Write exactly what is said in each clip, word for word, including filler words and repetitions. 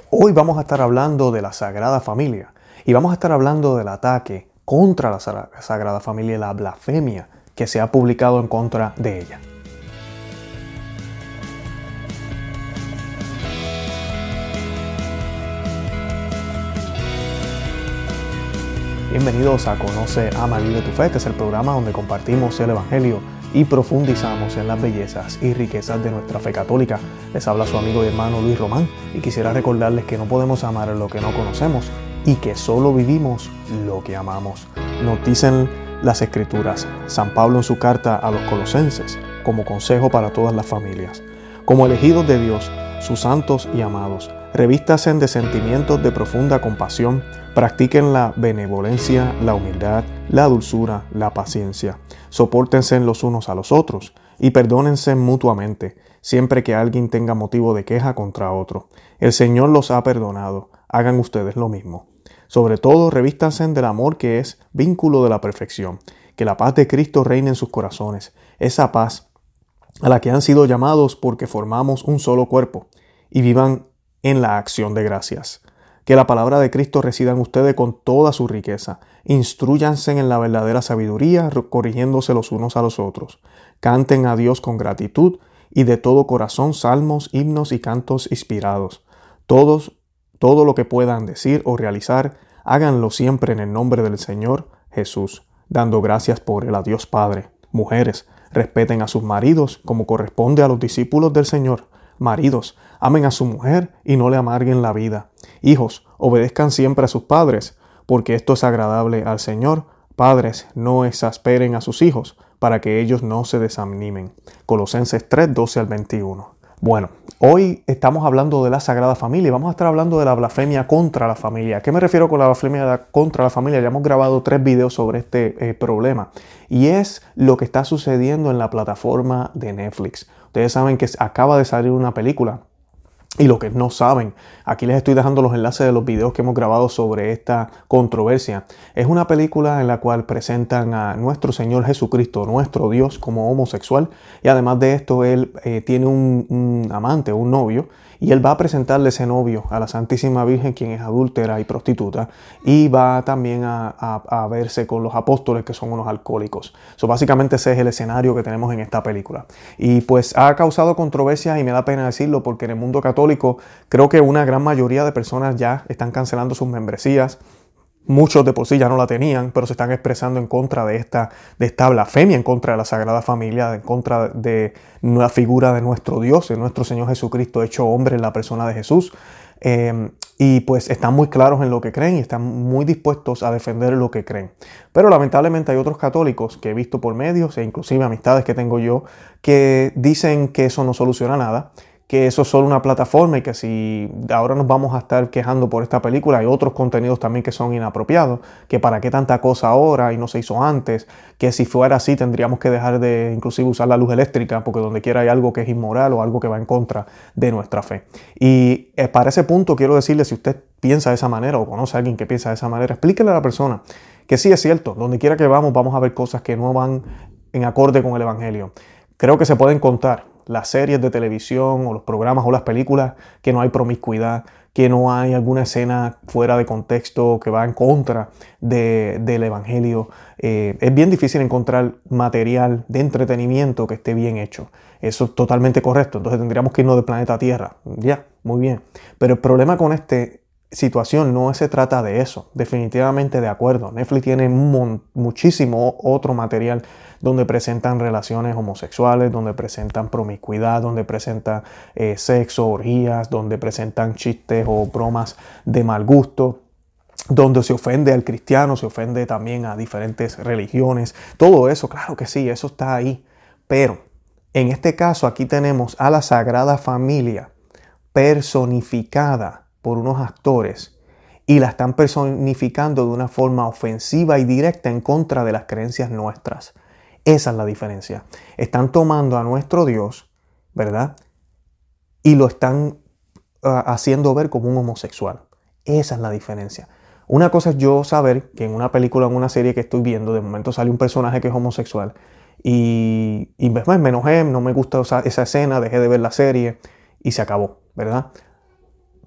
Hoy vamos a estar hablando de la Sagrada Familia y vamos a estar hablando del ataque contra la Sagrada Familia y la blasfemia que se ha publicado en contra de ella. Bienvenidos a Conoce, Ama, Vive tu Fe. Este es el programa donde compartimos el Evangelio y profundizamos en las bellezas y riquezas de nuestra fe católica. Les habla su amigo y hermano Luis Román y quisiera recordarles que no podemos amar lo que no conocemos y que solo vivimos lo que amamos. Nos dicen las Escrituras, San Pablo en su carta a los Colosenses, como consejo para todas las familias. Como elegidos de Dios, sus santos y amados, revístanse de sentimientos de profunda compasión, practiquen la benevolencia, la humildad, la dulzura, la paciencia. Sopórtense los unos a los otros y perdónense mutuamente, siempre que alguien tenga motivo de queja contra otro. El Señor los ha perdonado, hagan ustedes lo mismo. Sobre todo, revístanse del amor que es vínculo de la perfección. Que la paz de Cristo reine en sus corazones, esa paz a la que han sido llamados porque formamos un solo cuerpo, y vivan en la acción de gracias. Que la palabra de Cristo resida en ustedes con toda su riqueza. Instrúyanse en la verdadera sabiduría, corrigiéndose los unos a los otros. Canten a Dios con gratitud y de todo corazón salmos, himnos y cantos inspirados. Todos, todo lo que puedan decir o realizar, háganlo siempre en el nombre del Señor Jesús, dando gracias por él a Dios Padre. Mujeres, respeten a sus maridos como corresponde a los discípulos del Señor. Maridos, amen a su mujer y no le amarguen la vida. Hijos, obedezcan siempre a sus padres, porque esto es agradable al Señor. Padres, no exasperen a sus hijos, para que ellos no se desanimen. Colosenses tres, doce al veintiuno. Bueno, hoy estamos hablando de la Sagrada Familia y vamos a estar hablando de la blasfemia contra la familia. ¿A qué me refiero con la blasfemia contra la familia? Ya hemos grabado tres videos sobre este eh, problema y es lo que está sucediendo en la plataforma de Netflix. Ustedes saben que acaba de salir una película. Y lo que no saben, aquí les estoy dejando los enlaces de los videos que hemos grabado sobre esta controversia. Es una película en la cual presentan a nuestro Señor Jesucristo, nuestro Dios, como homosexual. Y además de esto, él eh, tiene un, un amante, un novio. Y él va a presentarle ese novio a la Santísima Virgen, quien es adúltera y prostituta. Y va también a, a, a verse con los apóstoles, que son unos alcohólicos. So, básicamente ese es el escenario que tenemos en esta película. Y pues ha causado controversias y me da pena decirlo porque en el mundo católico creo que una gran mayoría de personas ya están cancelando sus membresías. Muchos de por sí ya no la tenían, pero se están expresando en contra de esta, de esta blasfemia, en contra de la Sagrada Familia, en contra de la figura de nuestro Dios, de nuestro Señor Jesucristo hecho hombre en la persona de Jesús. Eh, y pues están muy claros en lo que creen y están muy dispuestos a defender lo que creen. Pero lamentablemente hay otros católicos que he visto por medios e inclusive amistades que tengo yo que dicen que eso no soluciona nada, que eso es solo una plataforma y que si ahora nos vamos a estar quejando por esta película, hay otros contenidos también que son inapropiados, que para qué tanta cosa ahora y no se hizo antes, que si fuera así tendríamos que dejar de inclusive usar la luz eléctrica porque donde quiera hay algo que es inmoral o algo que va en contra de nuestra fe. Y eh, para ese punto quiero decirle, si usted piensa de esa manera o conoce a alguien que piensa de esa manera, explíquele a la persona que sí es cierto, donde quiera que vamos vamos a ver cosas que no van en acorde con el Evangelio. Creo que se pueden contar las series de televisión o los programas o las películas que no hay promiscuidad, que no hay alguna escena fuera de contexto que va en contra de, del Evangelio. Eh, es bien difícil encontrar material de entretenimiento que esté bien hecho. Eso es totalmente correcto. Entonces tendríamos que irnos del planeta Tierra. Ya, muy bien. Pero el problema con esta situación no se trata de eso. Definitivamente de acuerdo. Netflix tiene mon- muchísimo otro material donde presentan relaciones homosexuales, donde presentan promiscuidad, donde presentan eh, sexo, orgías, donde presentan chistes o bromas de mal gusto, donde se ofende al cristiano, se ofende también a diferentes religiones. Todo eso, claro que sí, eso está ahí. Pero en este caso aquí tenemos a la Sagrada Familia personificada por unos actores y la están personificando de una forma ofensiva y directa en contra de las creencias nuestras. Esa es la diferencia. Están tomando a nuestro Dios, ¿verdad? Y lo están uh, haciendo ver como un homosexual. Esa es la diferencia. Una cosa es yo saber que en una película, en una serie que estoy viendo, de momento sale un personaje que es homosexual y, y me, me enojé, no me gusta esa, esa escena, dejé de ver la serie y se acabó, ¿verdad?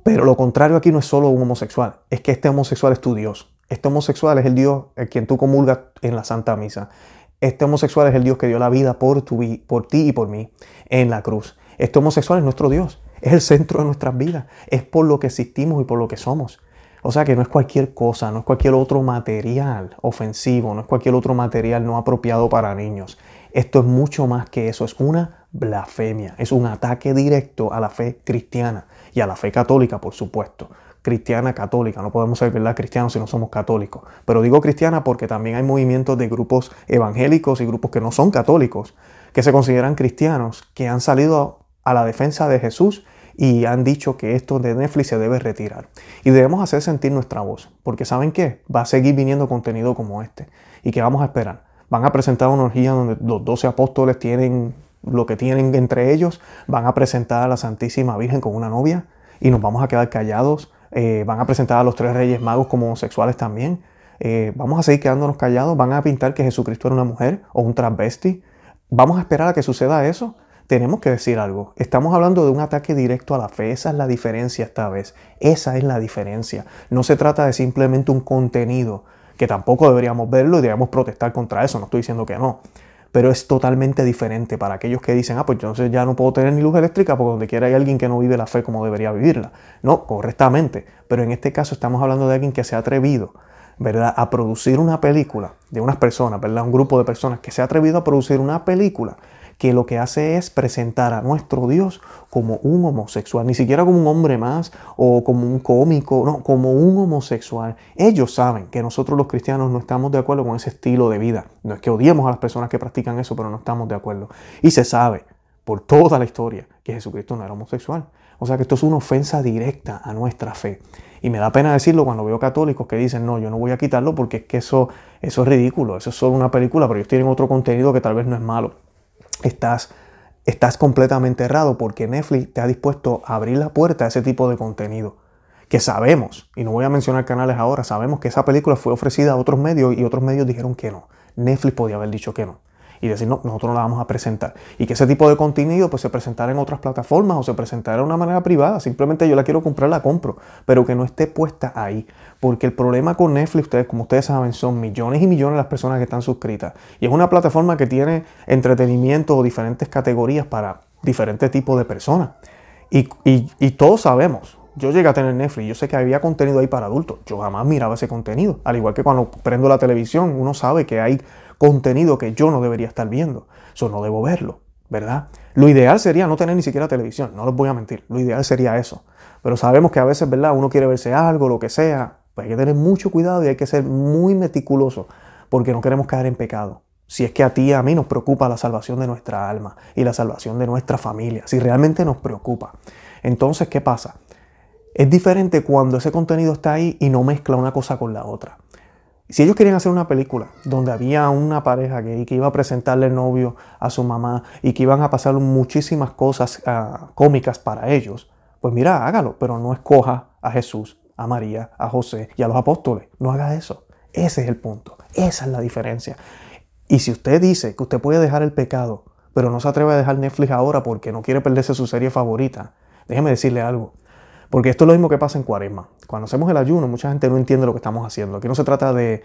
Pero lo contrario aquí no es solo un homosexual, es que este homosexual es tu Dios. Este homosexual es el Dios en quien tú comulgas en la Santa Misa. Este homosexual es el Dios que dio la vida por, tu, por ti y por mí en la cruz. Este homosexual es nuestro Dios, es el centro de nuestras vidas, es por lo que existimos y por lo que somos. O sea que no es cualquier cosa, no es cualquier otro material ofensivo, no es cualquier otro material no apropiado para niños. Esto es mucho más que eso, es una blasfemia, es un ataque directo a la fe cristiana y a la fe católica, por supuesto. Cristiana, católica, no podemos ser, ¿verdad?, cristianos si no somos católicos. Pero digo cristiana porque también hay movimientos de grupos evangélicos y grupos que no son católicos, que se consideran cristianos, que han salido a la defensa de Jesús y han dicho que esto de Netflix se debe retirar. Y debemos hacer sentir nuestra voz, porque ¿saben qué? Va a seguir viniendo contenido como este. ¿Y qué vamos a esperar? Van a presentar una orgía donde los doce apóstoles tienen lo que tienen entre ellos, van a presentar a la Santísima Virgen con una novia y nos vamos a quedar callados. Eh, van a presentar a los tres reyes magos como homosexuales también. Eh, vamos a seguir quedándonos callados. Van a pintar que Jesucristo era una mujer o un transvesti. Vamos a esperar a que suceda eso. Tenemos que decir algo. Estamos hablando de un ataque directo a la fe. Esa es la diferencia esta vez. Esa es la diferencia. No se trata de simplemente un contenido, que tampoco deberíamos verlo y deberíamos protestar contra eso. No estoy diciendo que no. Pero es totalmente diferente para aquellos que dicen, ah, pues entonces ya no puedo tener ni luz eléctrica porque donde quiera hay alguien que no vive la fe como debería vivirla. No, correctamente. Pero en este caso estamos hablando de alguien que se ha atrevido, ¿verdad?, a producir una película de unas personas, ¿verdad?, un grupo de personas que se ha atrevido a producir una película que lo que hace es presentar a nuestro Dios como un homosexual, ni siquiera como un hombre más o como un cómico, no, como un homosexual. Ellos saben que nosotros los cristianos no estamos de acuerdo con ese estilo de vida. No es que odiemos a las personas que practican eso, pero no estamos de acuerdo. Y se sabe por toda la historia que Jesucristo no era homosexual. O sea que esto es una ofensa directa a nuestra fe. Y me da pena decirlo cuando veo católicos que dicen, no, yo no voy a quitarlo porque es que eso, eso es ridículo, eso es solo una película, pero ellos tienen otro contenido que tal vez no es malo. Estás, estás completamente errado porque Netflix te ha dispuesto a abrir la puerta a ese tipo de contenido. Que sabemos, y no voy a mencionar canales ahora, sabemos que esa película fue ofrecida a otros medios y otros medios dijeron que no. Netflix podía haber dicho que no. Y decir, no, nosotros no la vamos a presentar. Y que ese tipo de contenido pues se presentara en otras plataformas o se presentara de una manera privada. Simplemente yo la quiero comprar, la compro. Pero que no esté puesta ahí. Porque el problema con Netflix, ustedes, como ustedes saben, son millones y millones las personas que están suscritas. Y es una plataforma que tiene entretenimiento o diferentes categorías para diferentes tipos de personas. Y, y, y todos sabemos. Yo llegué a tener Netflix, yo sé que había contenido ahí para adultos. Yo jamás miraba ese contenido. Al igual que cuando prendo la televisión, uno sabe que hay contenido que yo no debería estar viendo. Eso no debo verlo, ¿verdad? Lo ideal sería no tener ni siquiera televisión, no les voy a mentir. Lo ideal sería eso. Pero sabemos que a veces, ¿verdad?, uno quiere verse algo, lo que sea. Pues hay que tener mucho cuidado y hay que ser muy meticuloso porque no queremos caer en pecado. Si es que a ti y a mí nos preocupa la salvación de nuestra alma y la salvación de nuestra familia, si realmente nos preocupa. Entonces, ¿qué pasa? Es diferente cuando ese contenido está ahí y no mezcla una cosa con la otra. Si ellos querían hacer una película donde había una pareja gay que iba a presentarle el novio a su mamá y que iban a pasar muchísimas cosas uh, cómicas para ellos, pues mira, hágalo, pero no escoja a Jesús, a María, a José y a los apóstoles. No haga eso. Ese es el punto. Esa es la diferencia. Y si usted dice que usted puede dejar el pecado, pero no se atreve a dejar Netflix ahora porque no quiere perderse su serie favorita, déjeme decirle algo. Porque esto es lo mismo que pasa en Cuaresma. Cuando hacemos el ayuno, mucha gente no entiende lo que estamos haciendo. Aquí no se trata de,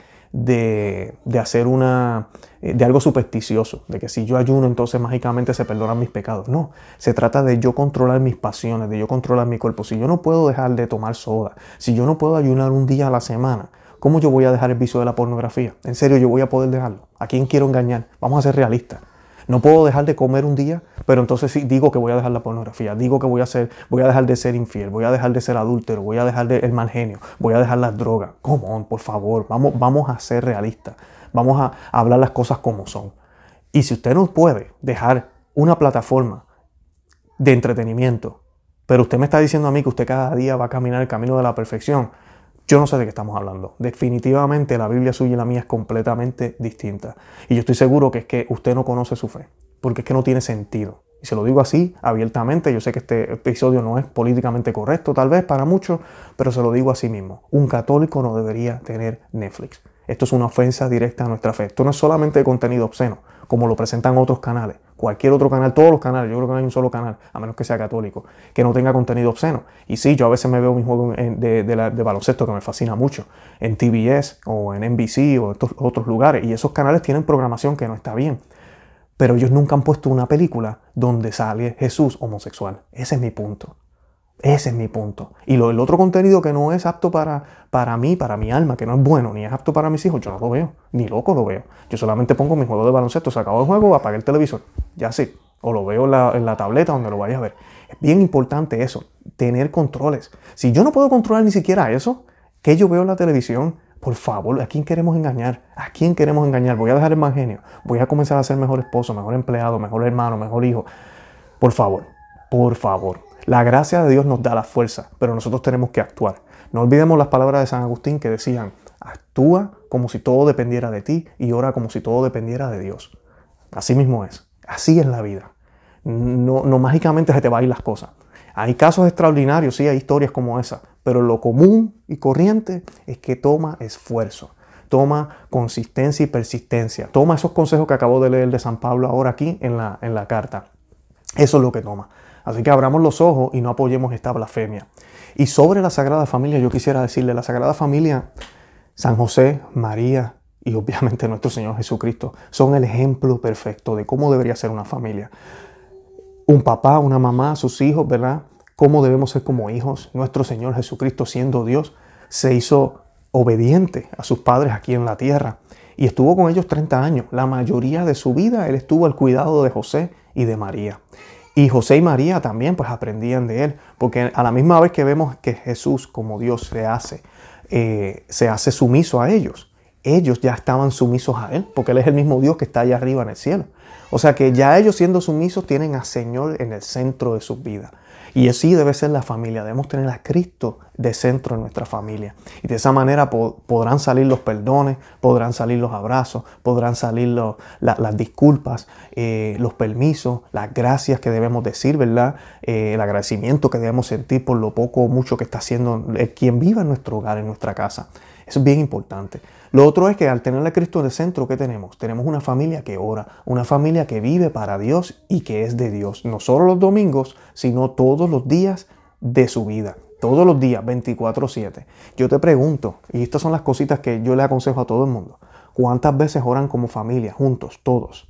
de, de hacer una, de algo supersticioso, de que si yo ayuno entonces mágicamente se perdonan mis pecados. No, se trata de yo controlar mis pasiones, de yo controlar mi cuerpo. Si yo no puedo dejar de tomar soda, si yo no puedo ayunar un día a la semana, ¿cómo yo voy a dejar el vicio de la pornografía? En serio, yo voy a poder dejarlo. ¿A quién quiero engañar? Vamos a ser realistas. No puedo dejar de comer un día, pero entonces sí digo que voy a dejar la pornografía, digo que voy a hacer, voy a dejar de ser infiel, voy a dejar de ser adúltero, voy a dejar de, el mal genio, voy a dejar las drogas. Come on, por favor, vamos, vamos a ser realistas, vamos a, a hablar las cosas como son. Y si usted no puede dejar una plataforma de entretenimiento, pero usted me está diciendo a mí que usted cada día va a caminar el camino de la perfección, yo no sé de qué estamos hablando. Definitivamente la Biblia suya y la mía es completamente distinta. Y yo estoy seguro que es que usted no conoce su fe, porque es que no tiene sentido. Y se lo digo así, abiertamente. Yo sé que este episodio no es políticamente correcto, tal vez para muchos, pero se lo digo así mismo. Un católico no debería tener Netflix. Esto es una ofensa directa a nuestra fe. Esto no es solamente de contenido obsceno, como lo presentan otros canales, cualquier otro canal, todos los canales, yo creo que no hay un solo canal, a menos que sea católico, que no tenga contenido obsceno. Y sí, yo a veces me veo mi juego de, de, de, de baloncesto que me fascina mucho, en T B S o en N B C o en estos otros lugares, y esos canales tienen programación que no está bien. Pero ellos nunca han puesto una película donde sale Jesús homosexual. Ese es mi punto. Ese es mi punto. Y lo, el otro contenido que no es apto para, para mí, para mi alma, que no es bueno, ni es apto para mis hijos, yo no lo veo. Ni loco lo veo. Yo solamente pongo mi juego de baloncesto, se acabó el juego, apagué el televisor. Ya sí. O lo veo en la, en la tableta donde lo vaya a ver. Es bien importante eso, tener controles. Si yo no puedo controlar ni siquiera eso, ¿qué yo veo en la televisión? Por favor, ¿a quién queremos engañar? ¿A quién queremos engañar? Voy a dejar el mal genio. Voy a comenzar a ser mejor esposo, mejor empleado, mejor hermano, mejor hijo. Por favor, por favor. La gracia de Dios nos da la fuerza, pero nosotros tenemos que actuar. No olvidemos las palabras de San Agustín que decían, actúa como si todo dependiera de ti y ora como si todo dependiera de Dios. Así mismo es. Así es la vida. No, no mágicamente se te van a ir las cosas. Hay casos extraordinarios, sí, hay historias como esa, pero lo común y corriente es que toma esfuerzo, toma consistencia y persistencia, toma esos consejos que acabo de leer de San Pablo ahora aquí en la, en la carta. Eso es lo que toma. Así que abramos los ojos y no apoyemos esta blasfemia. Y sobre la Sagrada Familia, yo quisiera decirle, la Sagrada Familia, San José, María y obviamente nuestro Señor Jesucristo son el ejemplo perfecto de cómo debería ser una familia. Un papá, una mamá, sus hijos, ¿verdad? Cómo debemos ser como hijos. Nuestro Señor Jesucristo, siendo Dios, se hizo obediente a sus padres aquí en la tierra y estuvo con ellos treinta años. La mayoría de su vida Él estuvo al cuidado de José y de María. Y José y María también pues aprendían de Él, porque a la misma vez que vemos que Jesús como Dios se hace, eh, se hace sumiso a ellos, ellos ya estaban sumisos a Él, porque Él es el mismo Dios que está allá arriba en el cielo. O sea que ya ellos siendo sumisos tienen al Señor en el centro de sus vidas. Y así debe ser la familia. Debemos tener a Cristo de centro en nuestra familia. Y de esa manera po- podrán salir los perdones, podrán salir los abrazos, podrán salir los, la, las disculpas, eh, los permisos, las gracias que debemos decir, ¿verdad? Eh, el agradecimiento que debemos sentir por lo poco o mucho que está haciendo eh, quien viva en nuestro hogar, en nuestra casa. Eso es bien importante. Lo otro es que al tener a Cristo en el centro, ¿qué tenemos? Tenemos una familia que ora, una familia que vive para Dios y que es de Dios. No solo los domingos, sino todos los días de su vida. Todos los días, veinticuatro siete. Yo te pregunto, y estas son las cositas que yo le aconsejo a todo el mundo. ¿Cuántas veces oran como familia, juntos, todos?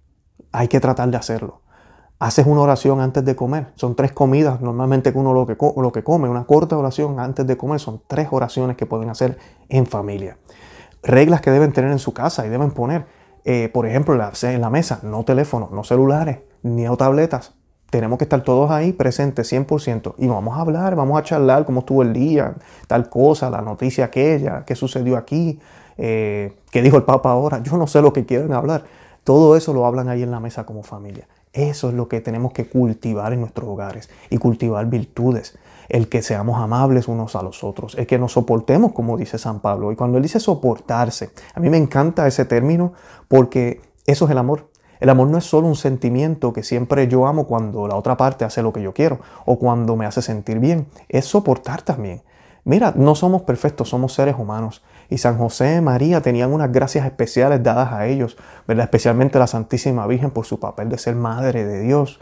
Hay que tratar de hacerlo. Haces una oración antes de comer. Son tres comidas normalmente que uno lo que, lo que come. Una corta oración antes de comer. Son tres oraciones que pueden hacer en familia. Reglas que deben tener en su casa y deben poner. Eh, por ejemplo, en la mesa, no teléfonos, no celulares, ni tabletas. Tenemos que estar todos ahí presentes cien por ciento. Y vamos a hablar, vamos a charlar cómo estuvo el día, tal cosa, la noticia aquella, qué sucedió aquí, eh, qué dijo el Papa ahora. Yo no sé lo que quieren hablar. Todo eso lo hablan ahí en la mesa como familia. Eso es lo que tenemos que cultivar en nuestros hogares y cultivar virtudes. El que seamos amables unos a los otros, el que nos soportemos, como dice San Pablo. Y cuando él dice soportarse, a mí me encanta ese término porque eso es el amor. El amor no es solo un sentimiento que siempre yo amo cuando la otra parte hace lo que yo quiero o cuando me hace sentir bien. Es soportar también. Mira, no somos perfectos, somos seres humanos. Y San José y María tenían unas gracias especiales dadas a ellos, ¿verdad? Especialmente la Santísima Virgen por su papel de ser madre de Dios.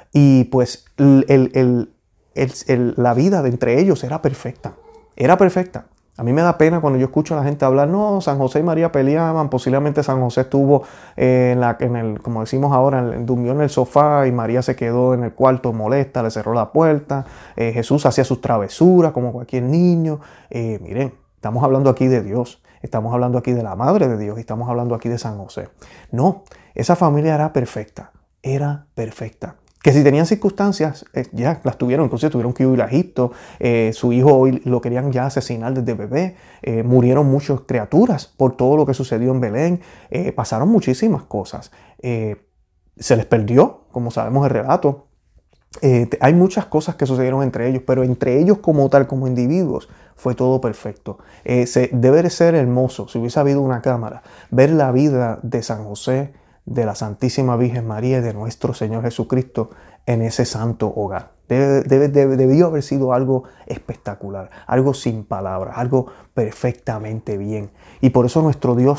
Y pues el, el, el, el, el, la vida de entre ellos era perfecta. Era perfecta. A mí me da pena cuando yo escucho a la gente hablar, no, San José y María peleaban, posiblemente San José estuvo eh, en, la, en el, como decimos ahora, en, durmió en el sofá y María se quedó en el cuarto molesta, le cerró la puerta, eh, Jesús hacía sus travesuras como cualquier niño. Eh, miren, estamos hablando aquí de Dios, estamos hablando aquí de la Madre de Dios y estamos hablando aquí de San José. No, esa familia era perfecta, era perfecta. Que si tenían circunstancias, eh, ya las tuvieron, inclusive tuvieron que huir a Egipto, eh, su hijo hoy lo querían ya asesinar desde bebé, eh, murieron muchas criaturas por todo lo que sucedió en Belén, eh, pasaron muchísimas cosas, eh, se les perdió, como sabemos el relato, eh, hay muchas cosas que sucedieron entre ellos, pero entre ellos como tal, como individuos, fue todo perfecto. Eh, se, debe de ser hermoso, si hubiese habido una cámara, ver la vida de San José, de la Santísima Virgen María y de nuestro Señor Jesucristo en ese santo hogar. Debe, debe, debe, debió haber sido algo espectacular, algo sin palabras, algo perfectamente bien. Y por eso nuestro Dios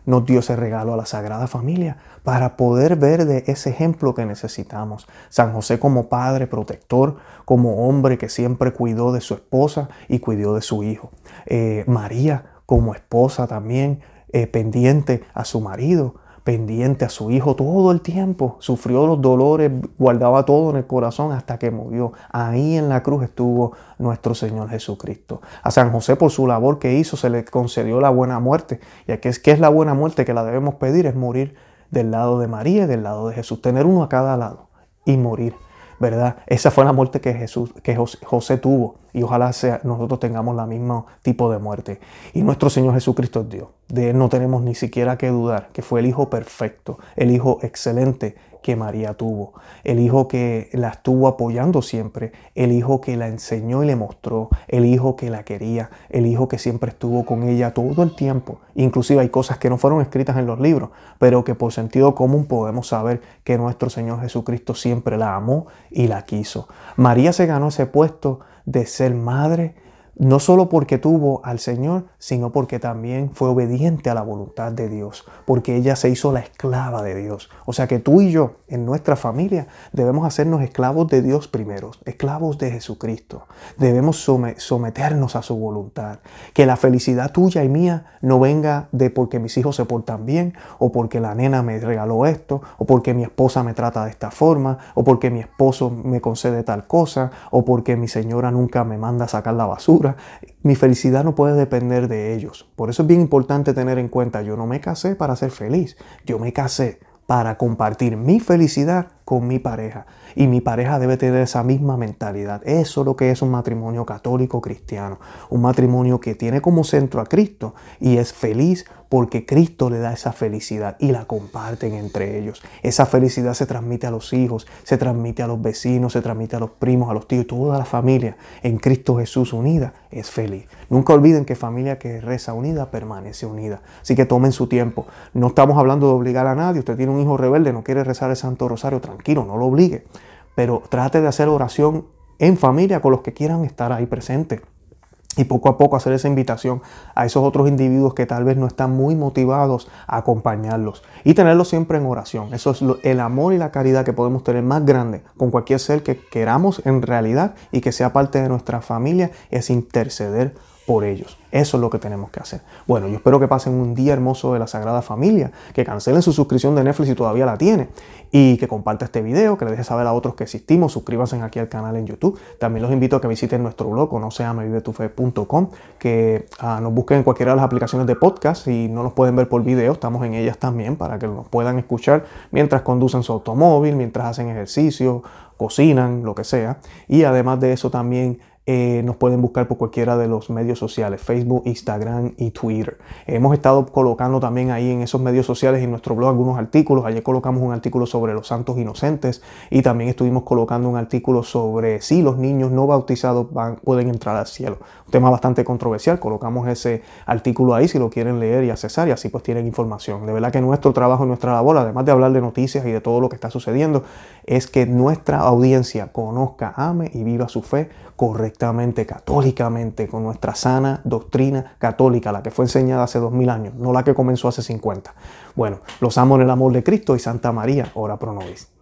nos dio ese regalo a la Sagrada Familia para poder ver de ese ejemplo que necesitamos. San José como padre protector, como hombre que siempre cuidó de su esposa y cuidó de su hijo. Eh, María como esposa también, eh, pendiente a su marido, pendiente a su hijo todo el tiempo. Sufrió los dolores, guardaba todo en el corazón hasta que murió. Ahí en la cruz estuvo nuestro Señor Jesucristo. A San José, por su labor que hizo, se le concedió la buena muerte. Y aquí es que es la buena muerte que la debemos pedir, es morir del lado de María y del lado de Jesús. Tener uno a cada lado y morir, ¿verdad? Esa fue la muerte que Jesús, que José tuvo, y ojalá sea, nosotros tengamos la misma tipo de muerte. Y nuestro Señor Jesucristo es Dios. De Él no tenemos ni siquiera que dudar, que fue el Hijo perfecto, el Hijo excelente que María tuvo, el Hijo que la estuvo apoyando siempre, el Hijo que la enseñó y le mostró, el Hijo que la quería, el Hijo que siempre estuvo con ella todo el tiempo. Inclusive hay cosas que no fueron escritas en los libros, pero que por sentido común podemos saber que nuestro Señor Jesucristo siempre la amó y la quiso. María se ganó ese puesto de ser madre, no solo porque tuvo al Señor, sino porque también fue obediente a la voluntad de Dios, porque ella se hizo la esclava de Dios. O sea que tú y yo, en nuestra familia, debemos hacernos esclavos de Dios primero, esclavos de Jesucristo. Debemos someternos a su voluntad. Que la felicidad tuya y mía no venga de porque mis hijos se portan bien, o porque la nena me regaló esto, o porque mi esposa me trata de esta forma, o porque mi esposo me concede tal cosa, o porque mi señora nunca me manda a sacar la basura. Mi felicidad no puede depender de ellos. Por eso es bien importante tener en cuenta, yo no me casé para ser feliz, yo me casé para compartir mi felicidad con mi pareja. Y mi pareja debe tener esa misma mentalidad. Eso es lo que es un matrimonio católico cristiano. Un matrimonio que tiene como centro a Cristo y es feliz porque Cristo le da esa felicidad y la comparten entre ellos. Esa felicidad se transmite a los hijos, se transmite a los vecinos, se transmite a los primos, a los tíos, toda la familia en Cristo Jesús unida es feliz. Nunca olviden que familia que reza unida permanece unida. Así que tomen su tiempo. No estamos hablando de obligar a nadie. Usted tiene un hijo rebelde, no quiere rezar el Santo Rosario, tranquilo, no lo obligue. Pero trate de hacer oración en familia con los que quieran estar ahí presentes. Y poco a poco hacer esa invitación a esos otros individuos que tal vez no están muy motivados a acompañarlos. Y tenerlos siempre en oración. Eso es lo, el amor y la caridad que podemos tener más grande con cualquier ser que queramos en realidad y que sea parte de nuestra familia, es interceder por ellos. Eso es lo que tenemos que hacer. Bueno, yo espero que pasen un día hermoso de la Sagrada Familia, que cancelen su suscripción de Netflix si todavía la tienen, y que comparta este video, que le deje saber a otros que existimos. Suscríbanse aquí al canal en YouTube. También los invito a que visiten nuestro blog, conoceame vive tu fe punto com, que uh, nos busquen en cualquiera de las aplicaciones de podcast. Si no nos pueden ver por video, estamos en ellas también para que nos puedan escuchar mientras conducen su automóvil, mientras hacen ejercicio, cocinan, lo que sea. Y además de eso también Eh, nos pueden buscar por cualquiera de los medios sociales, Facebook, Instagram y Twitter. Hemos estado colocando también ahí en esos medios sociales, en nuestro blog, algunos artículos. Ayer colocamos un artículo sobre los santos inocentes y también estuvimos colocando un artículo sobre si los niños no bautizados van, pueden entrar al cielo. Un tema bastante controversial. Colocamos ese artículo ahí si lo quieren leer y accesar, y así pues tienen información. De verdad que nuestro trabajo y nuestra labor, además de hablar de noticias y de todo lo que está sucediendo, es que nuestra audiencia conozca, ame y viva su fe correctamente, católicamente, con nuestra sana doctrina católica, la que fue enseñada hace dos mil años, no la que comenzó hace cincuenta. Bueno, los amo en el amor de Cristo, y Santa María, ora pro nobis.